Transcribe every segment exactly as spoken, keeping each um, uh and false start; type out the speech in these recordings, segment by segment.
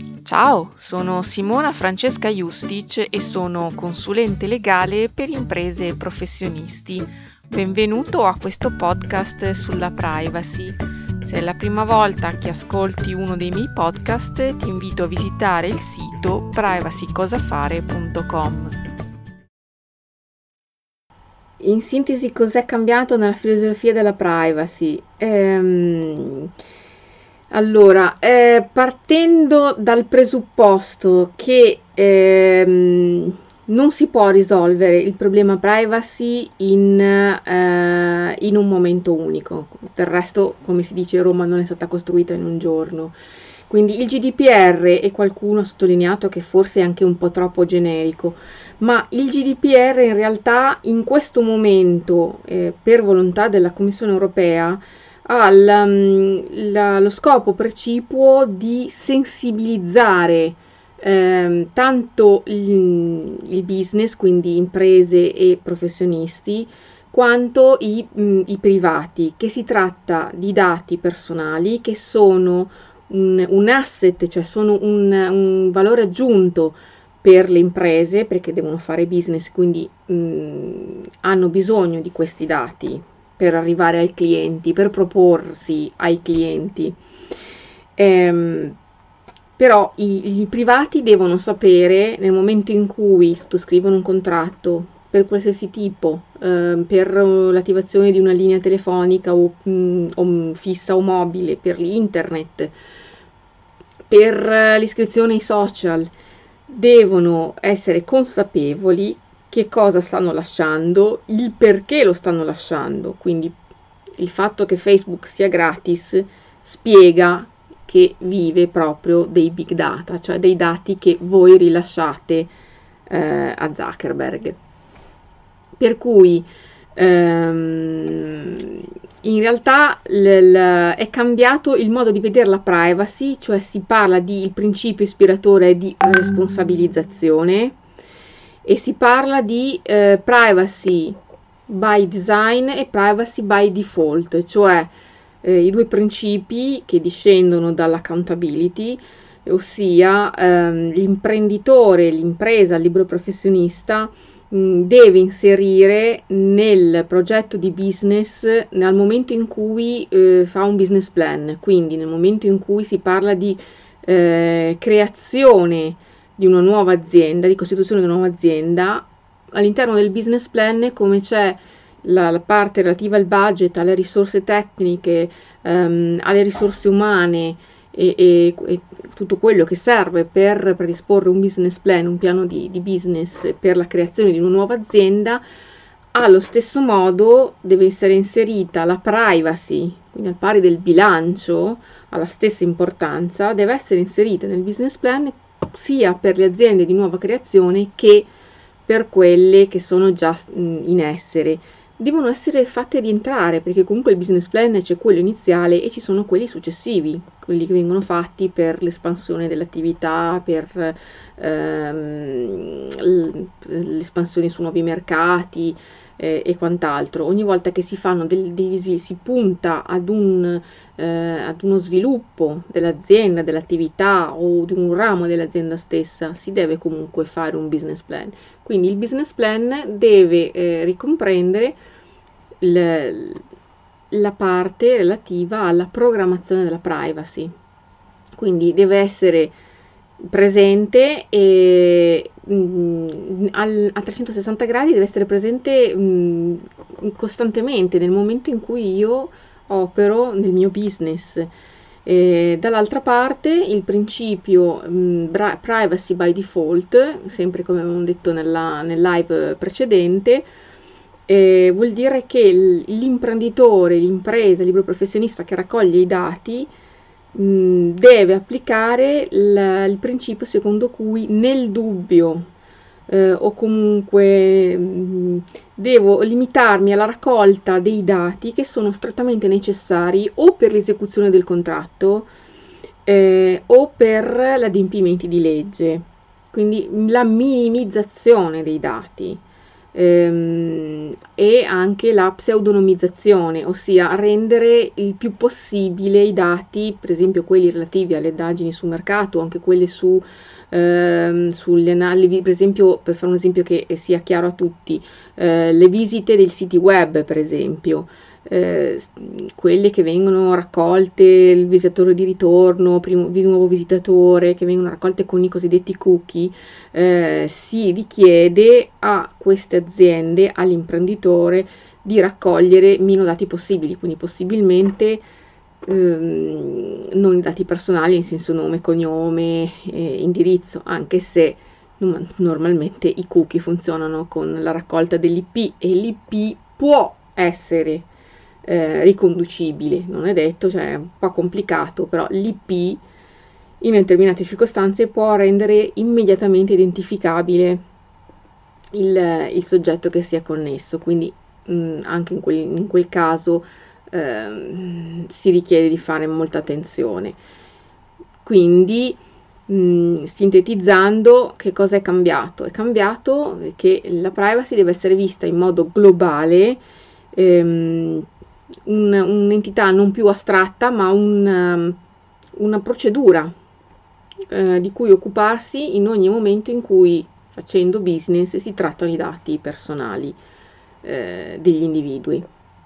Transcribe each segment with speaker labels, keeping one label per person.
Speaker 1: Ciao, sono Simona Francesca Justic e sono consulente legale per imprese e professionisti. Benvenuto a questo podcast sulla privacy. Se è la prima volta che ascolti uno dei miei podcast, ti invito a visitare il sito privacy cosa fare punto com.
Speaker 2: In sintesi, cos'è cambiato nella filosofia della privacy? Ehm, allora, eh, partendo dal presupposto che ehm, non si può risolvere il problema privacy in, eh, in un momento unico. Del resto, come si dice, Roma non è stata costruita in un giorno. Quindi il G D P R, e qualcuno ha sottolineato che forse è anche un po' troppo generico, ma il G D P R in realtà in questo momento, eh, per volontà della Commissione europea, ha la, la, lo scopo precipuo di sensibilizzare eh, tanto il, il business, quindi imprese e professionisti, quanto i, mh, i privati, che si tratta di dati personali che sono un, un asset, cioè sono un, un valore aggiunto per le imprese, perché devono fare business, quindi mh, hanno bisogno di questi dati per arrivare ai clienti, per proporsi ai clienti. Ehm, però i, i privati devono sapere, nel momento in cui sottoscrivono un contratto per qualsiasi tipo, eh, per l'attivazione di una linea telefonica o, mh, o fissa o mobile, per l'internet, per l'iscrizione ai social, devono essere consapevoli che cosa stanno lasciando, il perché lo stanno lasciando. Quindi il fatto che Facebook sia gratis spiega che vive proprio dei big data, cioè dei dati che voi rilasciate eh, a Zuckerberg. Per cui ehm, in realtà l- l- è cambiato il modo di vedere la privacy, cioè si parla di il principio ispiratore di responsabilizzazione e si parla di eh, privacy by design e privacy by default, cioè eh, i due principi che discendono dall'accountability, ossia ehm, l'imprenditore, l'impresa, il libero professionista deve inserire nel progetto di business nel momento in cui eh, fa un business plan, quindi nel momento in cui si parla di eh, creazione di una nuova azienda, di costituzione di una nuova azienda, all'interno del business plan, come c'è la, la parte relativa al budget, alle risorse tecniche, ehm, alle risorse umane e, e, e tutto quello che serve per predisporre un business plan, un piano di, di business per la creazione di una nuova azienda, allo stesso modo deve essere inserita la privacy, quindi al pari del bilancio, alla stessa importanza, deve essere inserita nel business plan sia per le aziende di nuova creazione che per quelle che sono già in essere. Devono essere fatte rientrare, perché comunque il business plan c'è quello iniziale e ci sono quelli successivi, quelli che vengono fatti per l'espansione dell'attività, per ehm, l'espansione su nuovi mercati eh, e quant'altro. Ogni volta che si fanno dei, degli, si punta ad, un, eh, ad uno sviluppo dell'azienda, dell'attività o di un ramo dell'azienda stessa, si deve comunque fare un business plan. Quindi il business plan deve eh, ricomprendere la parte relativa alla programmazione della privacy, quindi deve essere presente e mh, al, a trecentosessanta gradi, deve essere presente mh, costantemente nel momento in cui io opero nel mio business. E dall'altra parte il principio mh, privacy by default, sempre come avevamo detto nella, nel live precedente, eh, vuol dire che l'imprenditore, l'impresa, il libero professionista che raccoglie i dati mh, deve applicare il, il principio secondo cui nel dubbio eh, o comunque mh, devo limitarmi alla raccolta dei dati che sono strettamente necessari o per l'esecuzione del contratto eh, o per l'adempimenti di legge, quindi la minimizzazione dei dati. ehm, e anche la pseudonimizzazione, ossia rendere il più possibile i dati, per esempio quelli relativi alle indagini sul mercato, anche quelli su ehm, sulle analisi, per esempio, per fare un esempio che sia chiaro a tutti, eh, le visite dei siti web, per esempio, eh, quelle che vengono raccolte, il visitatore di ritorno, primo, di nuovo visitatore, che vengono raccolte con i cosiddetti cookie, eh, si richiede a queste aziende, all'imprenditore, di raccogliere meno dati possibili, quindi possibilmente ehm, non i dati personali, nel senso nome, cognome, eh, indirizzo, anche se normalmente i cookie funzionano con la raccolta dell'I P e l'I P può essere eh, riconducibile, non è detto, cioè è un po' complicato, però l'I P in determinate circostanze può rendere immediatamente identificabile il, il soggetto che sia connesso, quindi mh, anche in quel, in quel caso eh, si richiede di fare molta attenzione. Quindi mh, sintetizzando, che cosa è cambiato? È cambiato che la privacy deve essere vista in modo globale, ehm, un, un'entità non più astratta, ma un, una procedura eh, di cui occuparsi in ogni momento in cui, facendo business, si trattano i dati personali eh, degli individui.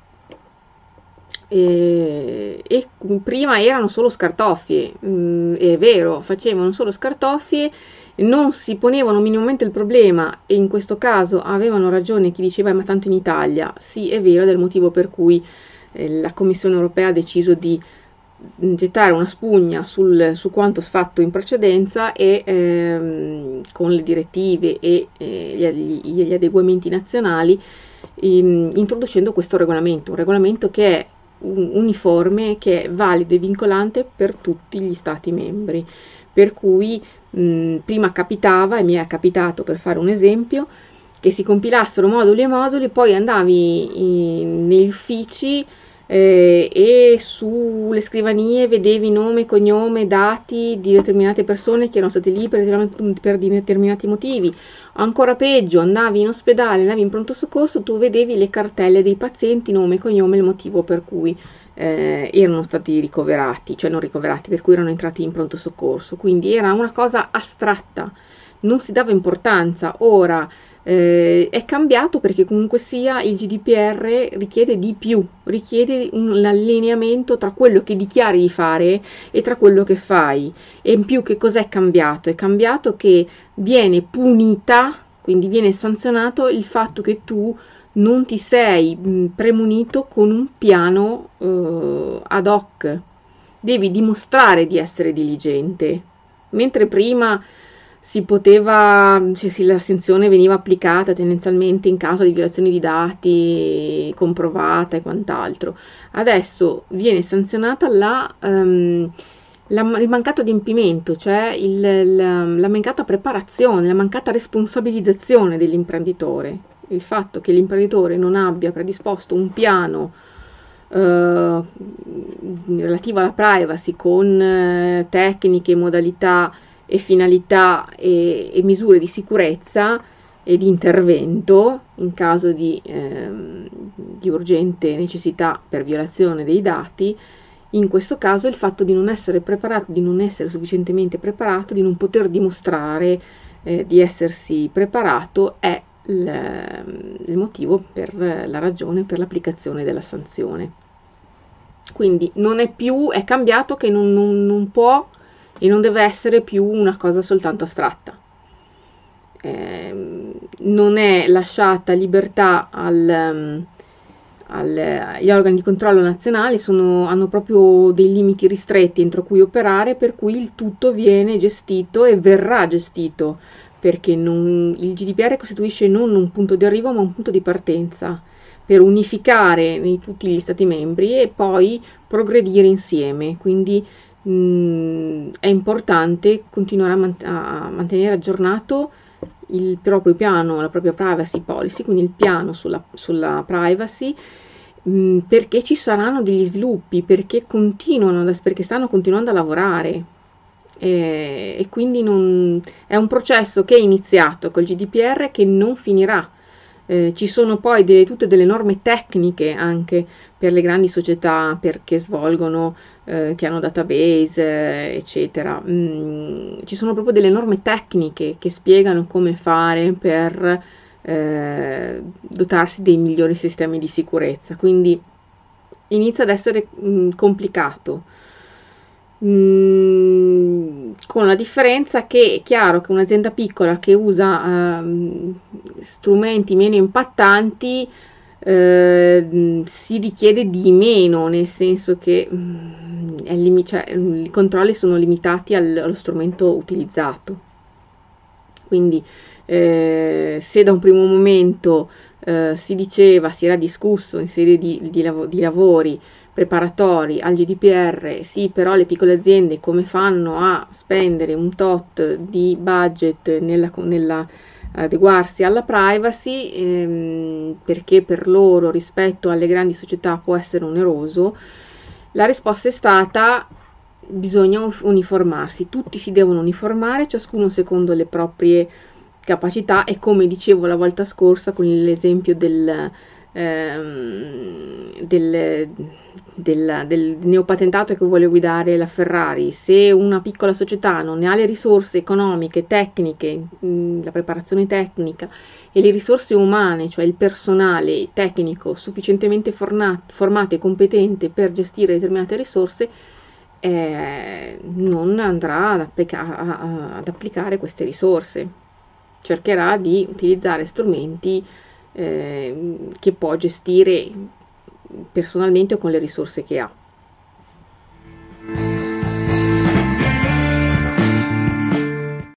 Speaker 2: E, e prima erano solo scartoffie, mm, è vero, facevano solo scartoffie, non si ponevano minimamente il problema, e in questo caso avevano ragione chi diceva ma tanto in Italia, sì è vero, del motivo per cui eh, la Commissione europea ha deciso di gettare una spugna sul, su quanto fatto in precedenza e ehm, con le direttive e eh, gli, gli adeguamenti nazionali, ehm, introducendo questo regolamento, un regolamento che è uniforme, che è valido e vincolante per tutti gli stati membri, per cui mh, prima capitava, e mi è capitato per fare un esempio, che si compilassero moduli e moduli, poi andavi in, negli uffici eh, e sulle scrivanie vedevi nome, cognome, dati di determinate persone che erano state lì per, per determinati motivi. Ancora peggio, andavi in ospedale, andavi in pronto soccorso, tu vedevi le cartelle dei pazienti, nome, cognome, il motivo per cui eh, erano stati ricoverati, cioè non ricoverati, per cui erano entrati in pronto soccorso. Quindi era una cosa astratta, non si dava importanza. Ora eh, è cambiato perché comunque sia il G D P R richiede di più, richiede un allineamento tra quello che dichiari di fare e tra quello che fai. E in più che cos'è cambiato? È cambiato che viene punita, quindi viene sanzionato il fatto che tu non ti sei mh, premunito con un piano eh, ad hoc, devi dimostrare di essere diligente, mentre prima si poteva, cioè, sì, la sanzione veniva applicata tendenzialmente in caso di violazione di dati comprovata e quant'altro. Adesso viene sanzionata la um, La, il mancato adempimento, cioè il, la, la mancata preparazione, la mancata responsabilizzazione dell'imprenditore, il fatto che l'imprenditore non abbia predisposto un piano eh, relativo alla privacy con eh, tecniche, modalità e finalità e, e misure di sicurezza e di intervento in caso di, eh, di urgente necessità per violazione dei dati. In questo caso il fatto di non essere preparato, di non essere sufficientemente preparato, di non poter dimostrare eh, di essersi preparato è il, il motivo per la ragione per l'applicazione della sanzione. Quindi non è più, è cambiato che non, non, non può e non deve essere più una cosa soltanto astratta. Eh, non è lasciata libertà al... Gli organi di controllo nazionali sono, hanno proprio dei limiti ristretti entro cui operare, per cui il tutto viene gestito e verrà gestito, perché non, il G D P R costituisce non un punto di arrivo ma un punto di partenza per unificare in tutti gli stati membri e poi progredire insieme. Quindi mh, è importante continuare a, mant- a mantenere aggiornato il proprio piano, la propria privacy policy, quindi il piano sulla, sulla privacy, mh, perché ci saranno degli sviluppi, perché continuano, perché stanno continuando a lavorare e, e quindi non, è un processo che è iniziato col G D P R che non finirà, Eh, ci sono poi delle, tutte delle norme tecniche anche per le grandi società perché svolgono, eh, che hanno database, eh, eccetera. Mm, ci sono proprio delle norme tecniche che spiegano come fare per eh, dotarsi dei migliori sistemi di sicurezza. Quindi inizia ad essere mh, complicato. Mm, con la differenza che è chiaro che un'azienda piccola che usa uh, strumenti meno impattanti uh, si richiede di meno, nel senso che um, è lim- cioè, i controlli sono limitati al- allo strumento utilizzato. Quindi eh, se da un primo momento eh, si diceva, si era discusso in sede di, di, lav- di lavori preparatori al G D P R, sì, però le piccole aziende come fanno a spendere un tot di budget nella, nella adeguarsi alla privacy, ehm, perché per loro rispetto alle grandi società può essere oneroso, la risposta è stata: bisogna uniformarsi, tutti si devono uniformare, ciascuno secondo le proprie capacità, e come dicevo la volta scorsa con l'esempio del ehm, del, del, del neopatentato che vuole guidare la Ferrari, se una piccola società non ne ha le risorse economiche, tecniche, mh, la preparazione tecnica e le risorse umane, cioè il personale tecnico sufficientemente fornato, formato e competente per gestire determinate risorse, eh, non andrà ad, applica- a- ad applicare queste risorse, cercherà di utilizzare strumenti eh, che può gestire personalmente o con le risorse che ha.